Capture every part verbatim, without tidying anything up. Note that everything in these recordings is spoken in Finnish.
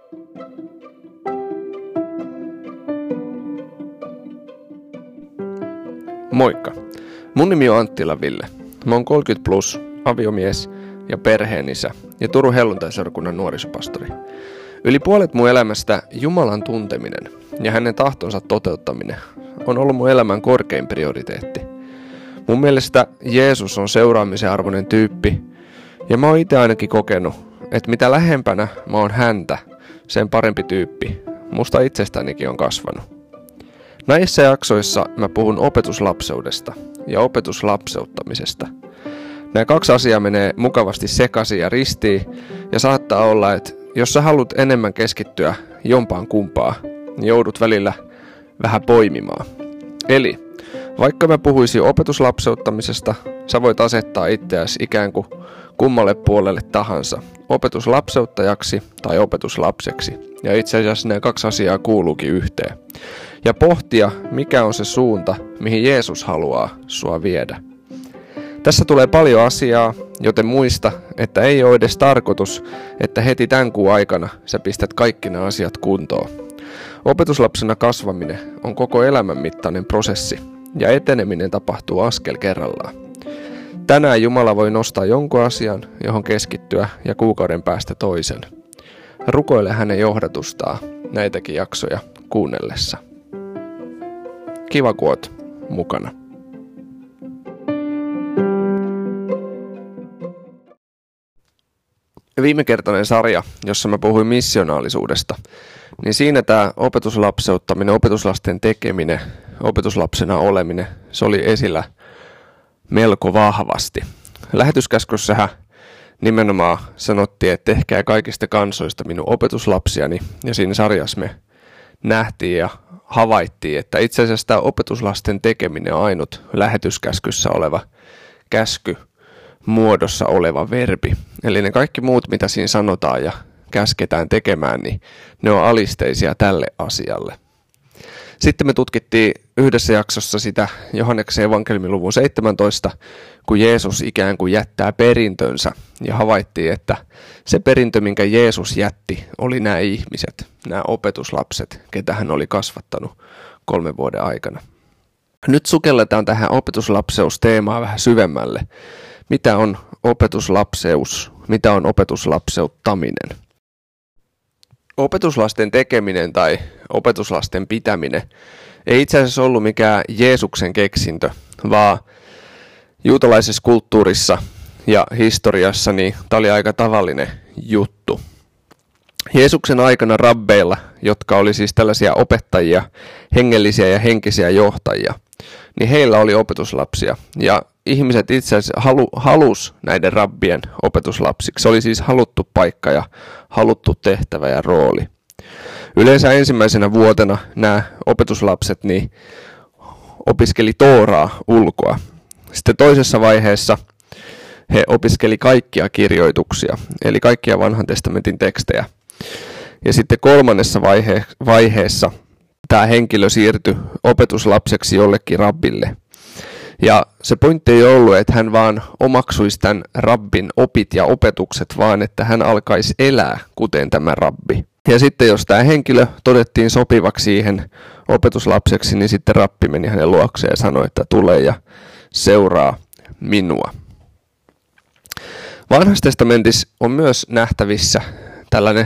Moikka! Mun nimi on Anttila Ville. Mä oon kolmekymmentä plus, aviomies ja perheenisä ja Turun helluntaiseurakunnan nuorisopastori. Yli puolet mun elämästä Jumalan tunteminen ja hänen tahtonsa toteuttaminen on ollut mun elämän korkein prioriteetti. Mun mielestä Jeesus on seuraamisen arvoinen tyyppi ja mä oon itse ainakin kokenut, että mitä lähempänä mä oon häntä, sen parempi tyyppi musta itsestänikin on kasvanut. Näissä jaksoissa mä puhun opetuslapseudesta ja opetuslapseuttamisesta. Nämä kaksi asiaa menee mukavasti sekaisin ja ristiin ja saattaa olla, että jos sä haluat enemmän keskittyä jompaan kumpaan, niin joudut välillä vähän poimimaan. Eli vaikka mä puhuisin opetuslapseuttamisesta, sä voit asettaa itseäsi ikään kuin kummalle puolelle tahansa, opetuslapseuttajaksi tai opetuslapseksi. Ja itse asiassa nämä kaksi asiaa kuuluukin yhteen. Ja pohtia, mikä on se suunta, mihin Jeesus haluaa sua viedä. Tässä tulee paljon asiaa, joten muista, että ei ole edes tarkoitus, että heti tämän kuun aikana sä pistät kaikki nämä asiat kuntoon. Opetuslapsena kasvaminen on koko elämän mittainen prosessi, ja eteneminen tapahtuu askel kerrallaan. Tänään Jumala voi nostaa jonkun asian, johon keskittyä, ja kuukauden päästä toisen. Rukoile hänen johdatustaan näitäkin jaksoja kuunnellessa. Kiva, kun oot mukana. Viimekertainen sarja, jossa mä puhuin missionaalisuudesta, niin siinä tämä opetuslapseuttaminen, opetuslasten tekeminen, opetuslapsena oleminen, se oli esillä melko vahvasti. Lähetyskäskyssähän nimenomaan sanottiin, että tehkää kaikista kansoista minun opetuslapsiani, ja siinä sarjassa me nähtiin ja havaittiin, että itse asiassa tämä opetuslasten tekeminen on ainut lähetyskäskyssä oleva käsky muodossa oleva verbi. Eli ne kaikki muut, mitä siinä sanotaan ja käsketään tekemään, niin ne on alisteisia tälle asialle. Sitten me tutkittiin yhdessä jaksossa sitä Johanneksen evankeliumin luvun seitsemäntoista, kun Jeesus ikään kuin jättää perintönsä, ja havaittiin, että se perintö, minkä Jeesus jätti, oli nämä ihmiset, nämä opetuslapset, ketä hän oli kasvattanut kolmen vuoden aikana. Nyt sukelletaan tähän opetuslapseusteemaan vähän syvemmälle. Mitä on opetuslapseus? Mitä on opetuslapseuttaminen? Opetuslasten tekeminen tai opetuslasten pitäminen ei itse asiassa ollut mikään Jeesuksen keksintö, vaan juutalaisessa kulttuurissa ja historiassa niin tämä oli aika tavallinen juttu. Jeesuksen aikana rabbeilla, jotka oli siis tällaisia opettajia, hengellisiä ja henkisiä johtajia, niin heillä oli opetuslapsia. Ja ihmiset itse asiassa halu, halus näiden rabbien opetuslapsiksi. Se oli siis haluttu paikka ja haluttu tehtävä ja rooli. Yleensä ensimmäisenä vuotena nämä opetuslapset niin opiskeli Tooraa ulkoa. Sitten toisessa vaiheessa he opiskeli kaikkia kirjoituksia, eli kaikkia vanhan testamentin tekstejä. Ja sitten kolmannessa vaihe- vaiheessa tämä henkilö siirtyi opetuslapseksi jollekin rabbille. Ja se pointti ei ollut, että hän vaan omaksuisi tämän rabbin opit ja opetukset, vaan että hän alkaisi elää kuten tämä rabbi. Ja sitten jos tämä henkilö todettiin sopivaksi siihen opetuslapseksi, niin sitten rabbi meni hänen luokseen ja sanoi, että tule ja seuraa minua. Vanhassa testamentissa on myös nähtävissä tällainen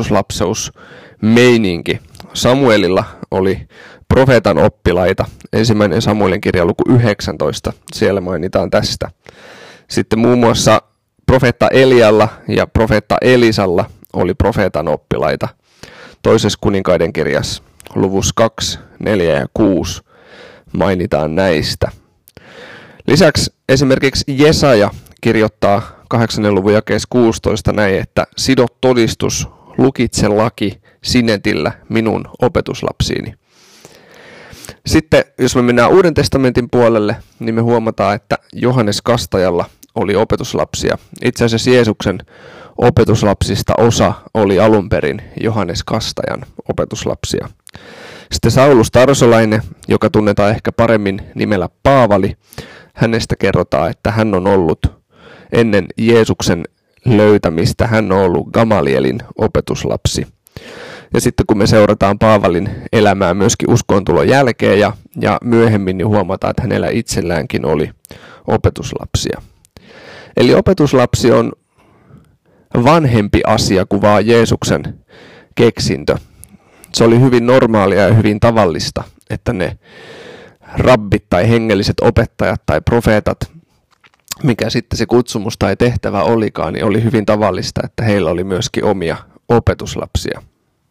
opetuslapseusmeininki. Samuelilla oli profeetan oppilaita. Ensimmäinen Samuelin kirja luku yhdeksäntoista, siellä mainitaan tästä. Sitten muun muassa profeetta Elialla ja profeetta Elisalla oli profeetan oppilaita. Toisessa kuninkaiden kirjassa luvussa kaksi, neljä ja kuusi mainitaan näistä. Lisäksi esimerkiksi Jesaja kirjoittaa kahdeksannen luvun jakeessa kuusitoista näin, että sidot todistus, lukitse laki sinetillä minun opetuslapsiini. Sitten jos me mennään Uuden testamentin puolelle, niin me huomataan, että Johannes Kastajalla oli opetuslapsia. Itse asiassa Jeesuksen opetuslapsista osa oli alun perin Johannes Kastajan opetuslapsia. Sitten Saulus Tarsolainen, joka tunnetaan ehkä paremmin nimellä Paavali, hänestä kerrotaan, että hän on ollut ennen Jeesuksen löytämistä, hän on ollut Gamalielin opetuslapsi. Ja sitten kun me seurataan Paavalin elämää myöskin uskontulon jälkeen ja, ja myöhemmin, niin huomataan, että hänellä itselläänkin oli opetuslapsia. Eli opetuslapsi on vanhempi asia kuin vaan Jeesuksen keksintö. Se oli hyvin normaalia ja hyvin tavallista, että ne rabbit tai hengelliset opettajat tai profeetat, mikä sitten se kutsumus tai tehtävä olikaan, niin oli hyvin tavallista, että heillä oli myöskin omia opetuslapsia.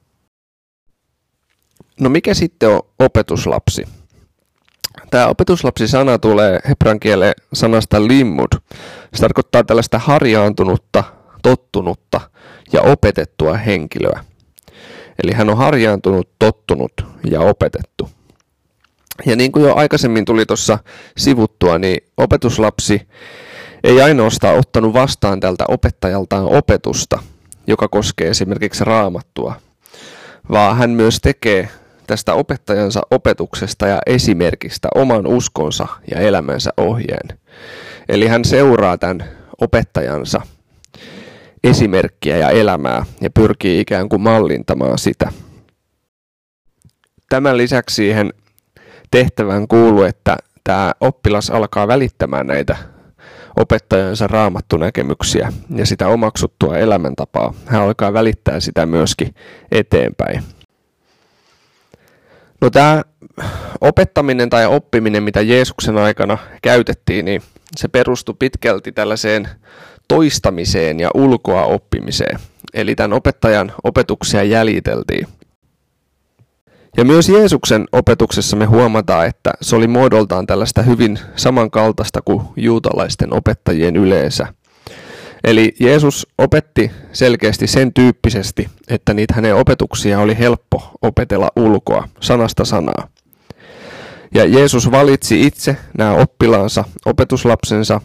No mikä sitten on opetuslapsi? Tämä opetuslapsi-sana tulee hebrean kielen sanasta limud. Se tarkoittaa tällaista harjaantunutta, tottunutta ja opetettua henkilöä. Eli hän on harjaantunut, tottunut ja opetettu. Ja niin kuin jo aikaisemmin tuli tuossa sivuttua, niin opetuslapsi ei ainoastaan ottanut vastaan tältä opettajaltaan opetusta, joka koskee esimerkiksi Raamattua, vaan hän myös tekee tästä opettajansa opetuksesta ja esimerkistä oman uskonsa ja elämänsä ohjeen. Eli hän seuraa tämän opettajansa esimerkkiä ja elämää ja pyrkii ikään kuin mallintamaan sitä. Tämän lisäksi siihen tehtävään kuuluu, että tämä oppilas alkaa välittämään näitä opettajansa raamattunäkemyksiä ja sitä omaksuttua elämäntapaa. Hän alkaa välittää sitä myöskin eteenpäin. No tämä opettaminen tai oppiminen, mitä Jeesuksen aikana käytettiin, niin se perustui pitkälti tällaiseen toistamiseen ja ulkoa oppimiseen. Eli tämän opettajan opetuksia jäljiteltiin. Ja myös Jeesuksen opetuksessa me huomataan, että se oli muodoltaan tällaista hyvin samankaltaista kuin juutalaisten opettajien yleensä. Eli Jeesus opetti selkeästi sen tyyppisesti, että niitä hänen opetuksia oli helppo opetella ulkoa, sanasta sanaa. Ja Jeesus valitsi itse nämä oppilaansa, opetuslapsensa.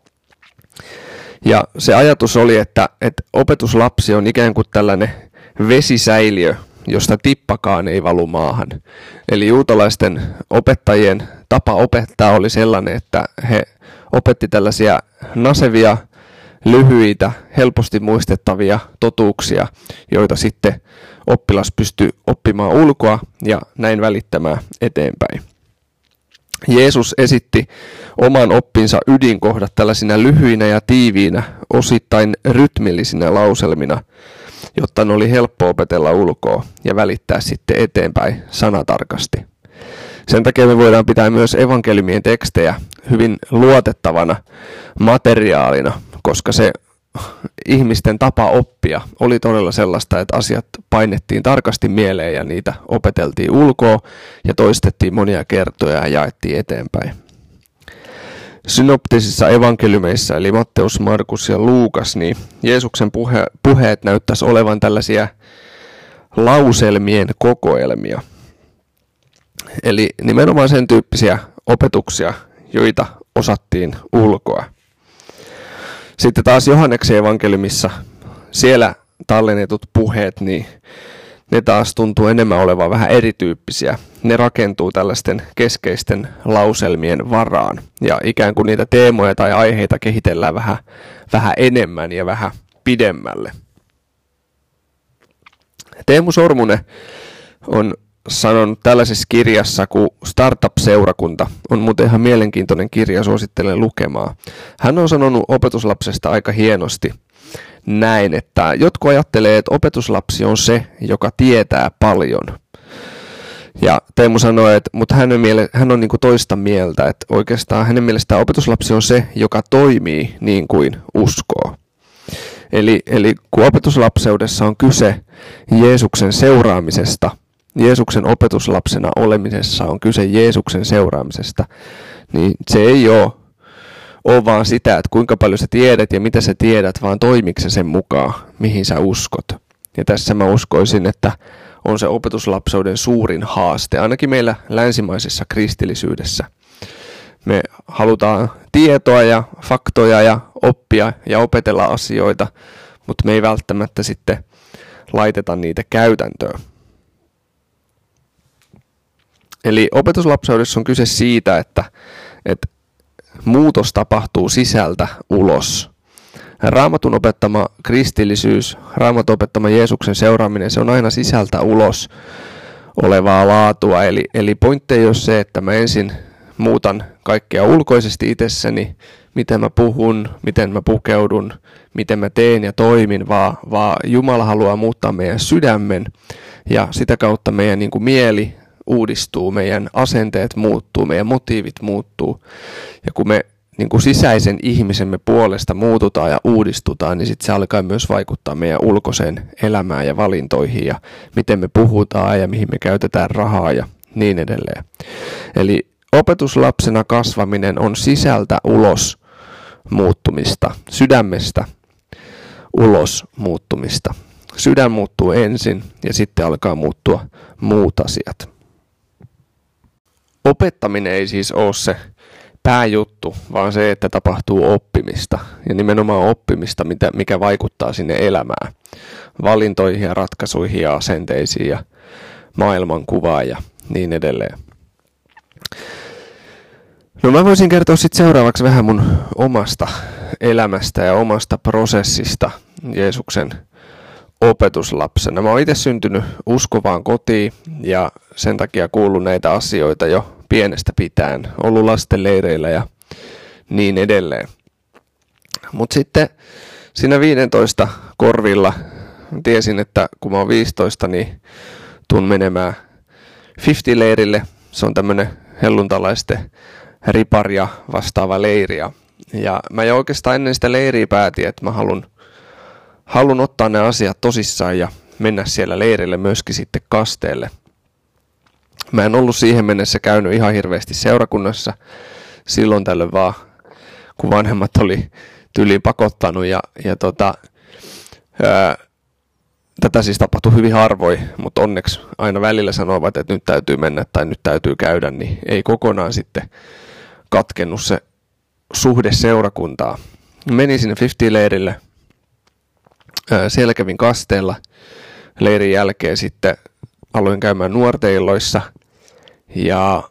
Ja se ajatus oli, että, että opetuslapsi on ikään kuin tällainen vesisäiliö, josta tippakaan ei valu maahan. Eli juutalaisten opettajien tapa opettaa oli sellainen, että he opetti tällaisia nasevia, lyhyitä, helposti muistettavia totuuksia, joita sitten oppilas pystyi oppimaan ulkoa ja näin välittämään eteenpäin. Jeesus esitti oman oppinsa ydinkohdat tällaisina lyhyinä ja tiiviinä, osittain rytmillisinä lauselmina, jotta ne oli helppo opetella ulkoa ja välittää sitten eteenpäin sanatarkasti. Sen takia me voidaan pitää myös evankeliumien tekstejä hyvin luotettavana materiaalina, koska se ihmisten tapa oppia oli todella sellaista, että asiat painettiin tarkasti mieleen ja niitä opeteltiin ulkoa ja toistettiin monia kertoja ja jaettiin eteenpäin. Synoptisissa evankeliumeissa, eli Matteus, Markus ja Luukas, niin Jeesuksen puhe, puheet näyttäisi olevan tällaisia lauselmien kokoelmia. Eli nimenomaan sen tyyppisiä opetuksia, joita osattiin ulkoa. Sitten taas Johanneksen evankeliumissa, siellä tallennetut puheet, niin ne taas tuntuu enemmän olevan vähän erityyppisiä. Ne rakentuu tällaisten keskeisten lauselmien varaan ja ikään kuin niitä teemoja tai aiheita kehitellään vähän, vähän enemmän ja vähän pidemmälle. Teemu Sormunen on sanonut tällaisessa kirjassa kuin Startup-seurakunta. On muuten ihan mielenkiintoinen kirja, suosittelen lukemaan. Hän on sanonut opetuslapsesta aika hienosti näin, että jotkut ajattelee, että opetuslapsi on se, joka tietää paljon. Ja Teemu sanoi, että mutta hän on, miele, hän on niin kuin toista mieltä, että oikeastaan hänen mielestään opetuslapsi on se, joka toimii niin kuin uskoo. Eli, eli kun opetuslapseudessa on kyse Jeesuksen seuraamisesta, Jeesuksen opetuslapsena olemisessa on kyse Jeesuksen seuraamisesta, niin se ei ole, ole vaan sitä, että kuinka paljon sä tiedät ja mitä sä tiedät, vaan toimiko se sen mukaan, mihin sä uskot. Ja tässä mä uskoisin, että on se opetuslapseuden suurin haaste, ainakin meillä länsimaisessa kristillisyydessä. Me halutaan tietoa ja faktoja ja oppia ja opetella asioita, mutta me ei välttämättä sitten laiteta niitä käytäntöön. Eli opetuslapseudessa on kyse siitä, että, että muutos tapahtuu sisältä ulos. Raamatun opettama kristillisyys, Raamatun opettama Jeesuksen seuraaminen, se on aina sisältä ulos olevaa laatua. Eli, eli pointti ei ole se, että mä ensin muutan kaikkea ulkoisesti itsessäni, miten mä puhun, miten mä pukeudun, miten mä teen ja toimin, vaan, vaan Jumala haluaa muuttaa meidän sydämen ja sitä kautta meidän niin kuin mieli uudistuu, meidän asenteet muuttuu, meidän motiivit muuttuu. Ja kun me niin kuin sisäisen ihmisemme puolesta muututaan ja uudistutaan, niin sitten se alkaa myös vaikuttaa meidän ulkoiseen elämään ja valintoihin ja miten me puhutaan ja mihin me käytetään rahaa ja niin edelleen. Eli opetuslapsena kasvaminen on sisältä ulos muuttumista, sydämestä ulos muuttumista. Sydän muuttuu ensin ja sitten alkaa muuttua muut asiat. Opettaminen ei siis ole se pääjuttu, vaan se, että tapahtuu oppimista. Ja nimenomaan oppimista, mikä vaikuttaa sinne elämään. Valintoihin ja ratkaisuihin ja asenteisiin ja maailmankuvaan ja niin edelleen. No mä voisin kertoa sitten seuraavaksi vähän mun omasta elämästä ja omasta prosessista Jeesuksen opetuslapsena. Mä oon itse syntynyt uskovaan kotiin ja sen takia kuullut näitä asioita jo pienestä pitäen, ollut lastenleireillä ja niin edelleen. Mutta sitten siinä viisitoista korvilla tiesin, että kun mä oon viisitoista, niin tuun menemään viisikymmentä-leirille. Se on tämmönen helluntalaisten riparia vastaava leiri. Ja mä jo oikeastaan ennen sitä leiriä päätin, että mä haluan Haluan ottaa ne asiat tosissaan ja mennä siellä leirille myöskin sitten kasteelle. Mä en ollut siihen mennessä käynyt ihan hirveästi seurakunnassa silloin tällöin vaan, kun vanhemmat oli tyyliin pakottanut. Ja, ja tota, ää, tätä siis tapahtui hyvin harvoin, mutta onneksi aina välillä sanoivat, että nyt täytyy mennä tai nyt täytyy käydä, niin ei kokonaan sitten katkennut se suhde seurakuntaa. Menin sinne viisikymmentä-leirille. Siellä kävin kasteella. Leirin jälkeen sitten aloin käymään nuorteilloissa ja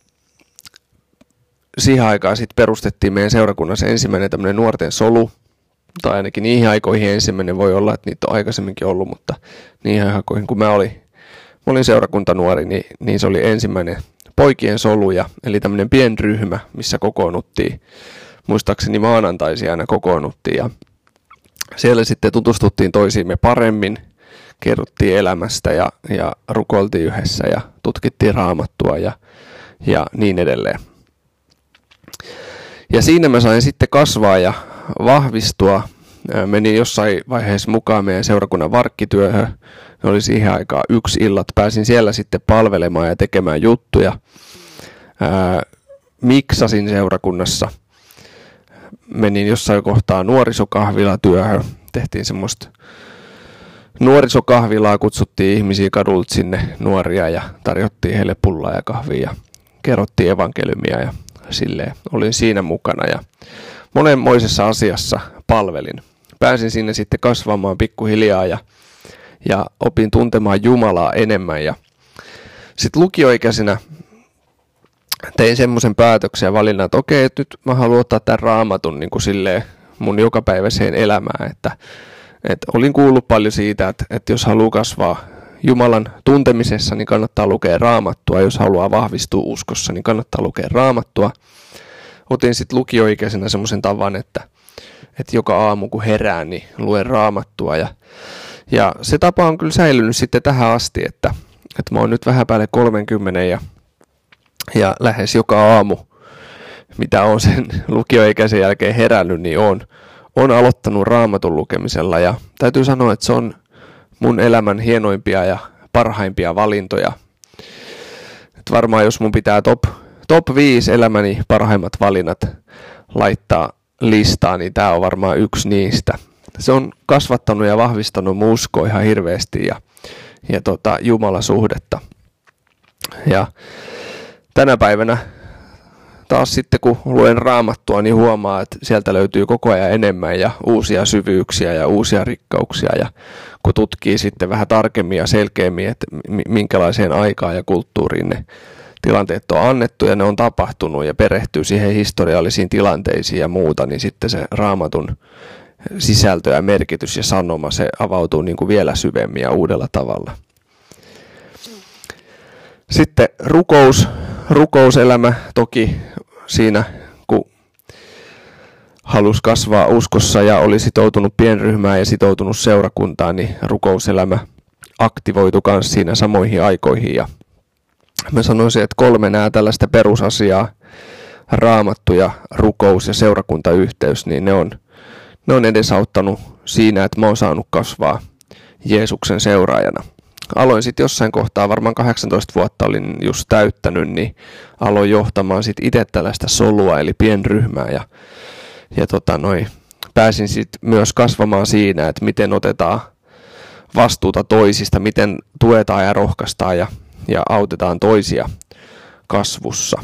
siihen aikaan sitten perustettiin meidän seurakunnassa ensimmäinen tämmöinen nuorten solu, tai ainakin niihin aikoihin ensimmäinen, voi olla, että niitä on aikaisemminkin ollut, mutta niihin aikoihin kun mä olin, mä olin seurakuntanuori, niin, niin se oli ensimmäinen poikien soluja, eli tämmöinen pienryhmä, missä kokoonnuttiin, muistaakseni maanantaisia aina kokoonnuttiin ja siellä sitten tutustuttiin toisiimme paremmin, kerrottiin elämästä ja, ja rukoiltiin yhdessä ja tutkittiin raamattua ja, ja niin edelleen. Ja siinä mä sain sitten kasvaa ja vahvistua. Menin jossain vaiheessa mukaan meidän seurakunnan varkkityöhön. Ne oli siihen aikaan yksi illat. Pääsin siellä sitten palvelemaan ja tekemään juttuja. Ää, miksasin seurakunnassa. Menin jossain kohtaa nuorisokahvilatyöhön. Tehtiin semmoista nuorisokahvilaa, kutsuttiin ihmisiä kadulta sinne, nuoria, ja tarjottiin heille pullaa ja kahvia ja kerrottiin evankeliumia ja silleen olin siinä mukana ja monenmoisessa asiassa palvelin. Pääsin sinne sitten kasvamaan pikkuhiljaa ja, ja opin tuntemaan Jumalaa enemmän ja sitten lukioikäisenä tein semmoisen päätöksen ja valinnan, että okei, että nyt mä haluan ottaa tämän raamatun niin kuin silleen mun jokapäiväiseen elämään, että, että olin kuullut paljon siitä, että, että jos haluaa kasvaa Jumalan tuntemisessa, niin kannattaa lukea raamattua. Jos haluaa vahvistua uskossa, niin kannattaa lukea raamattua. Otin sitten lukioikäisenä semmoisen tavan, että, että joka aamu kun herään, niin luen raamattua. Ja, ja se tapa on kyllä säilynyt sitten tähän asti, että, että mä oon nyt vähän päälle kolmekymmentä ja, ja lähes joka aamu, mitä on sen lukioikäisen jälkeen herännyt, niin on, on aloittanut raamatun lukemisella. Ja täytyy sanoa, että se on mun elämän hienoimpia ja parhaimpia valintoja. Et varmaan jos mun pitää top, top viisi elämäni parhaimmat valinnat laittaa listaan, niin tää on varmaan yksi niistä. Se on kasvattanut ja vahvistanut mun uskoa ihan hirveästi ja, ja tota, Jumalasuhdetta. Ja tänä päivänä taas sitten kun luen raamattua, niin huomaa, että sieltä löytyy koko ajan enemmän ja uusia syvyyksiä ja uusia rikkauksia. Ja kun tutkii sitten vähän tarkemmin ja selkeämmin, että minkälaiseen aikaan ja kulttuuriin ne tilanteet on annettu ja ne on tapahtunut ja perehtyy siihen historiallisiin tilanteisiin ja muuta, niin sitten se raamatun sisältö ja merkitys ja sanoma, se avautuu niin kuin vielä syvemmin ja uudella tavalla. Sitten rukous, rukouselämä toki siinä, kun halusi kasvaa uskossa ja oli sitoutunut pienryhmään ja sitoutunut seurakuntaan, niin rukouselämä aktivoitu myös siinä samoihin aikoihin. Ja mä sanoisin, että kolme nämä tällaista perusasiaa, raamattu ja rukous ja seurakuntayhteys, niin ne on, ne on edesauttanut siinä, että mä oon saanut kasvaa Jeesuksen seuraajana. Aloin sitten jossain kohtaa, varmaan kahdeksantoista vuotta olin just täyttänyt, niin aloin johtamaan sitten itse tällaista solua, eli pienryhmää, ja, ja tota noi, pääsin sitten myös kasvamaan siinä, että miten otetaan vastuuta toisista, miten tuetaan ja rohkaistaan ja, ja autetaan toisia kasvussa.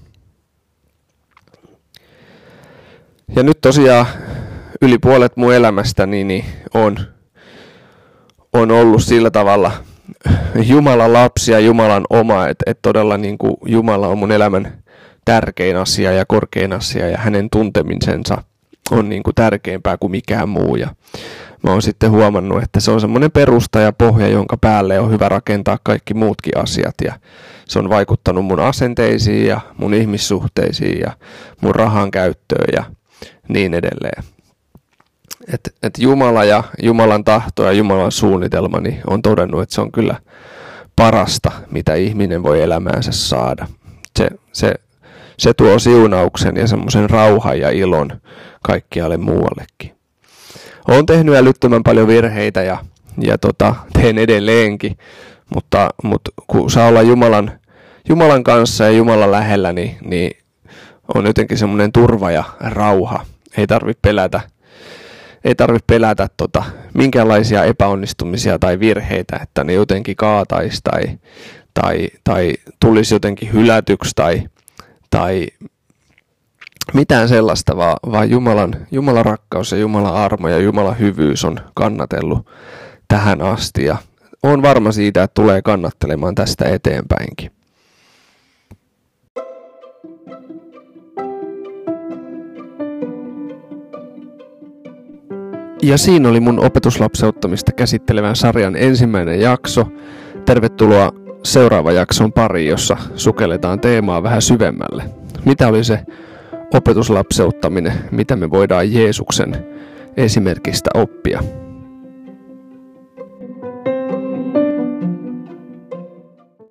Ja nyt tosiaan yli puolet mun elämästäni niin on, on ollut sillä tavalla Jumalan lapsi ja Jumalan oma, että et todella niin kuin Jumala on mun elämän tärkein asia ja korkein asia ja hänen tuntemisensa on niin kuin tärkeämpää kuin mikään muu. Ja mä oon sitten huomannut, että se on semmoinen perusta ja pohja, jonka päälle on hyvä rakentaa kaikki muutkin asiat. Ja se on vaikuttanut mun asenteisiin ja mun ihmissuhteisiin ja mun rahan käyttöön ja niin edelleen. Että et Jumala ja Jumalan tahto ja Jumalan suunnitelma niin on todennut, että se on kyllä parasta, mitä ihminen voi elämäänsä saada. Se, se, se tuo siunauksen ja semmoisen rauhan ja ilon kaikkialle muuallekin. Olen tehnyt älyttömän paljon virheitä ja, ja tota, teen edelleenkin, mutta, mutta kun saa olla Jumalan, Jumalan kanssa ja Jumalan lähellä, niin, niin on jotenkin semmoinen turva ja rauha. Ei tarvitse pelätä, ei tarvitse pelätä tota, minkäänlaisia epäonnistumisia tai virheitä, että ne jotenkin kaataisi tai, tai, tai tulisi jotenkin hylätyksi tai, tai mitään sellaista, vaan, vaan Jumalan, Jumalan rakkaus ja Jumalan armo ja Jumalan hyvyys on kannatellut tähän asti. Ja olen varma siitä, että tulee kannattelemaan tästä eteenpäinkin. Ja siinä oli mun opetuslapseuttamista käsittelevän sarjan ensimmäinen jakso. Tervetuloa seuraavan jakson pariin, jossa sukelletaan teemaa vähän syvemmälle. Mitä oli se opetuslapseuttaminen, mitä me voidaan Jeesuksen esimerkistä oppia?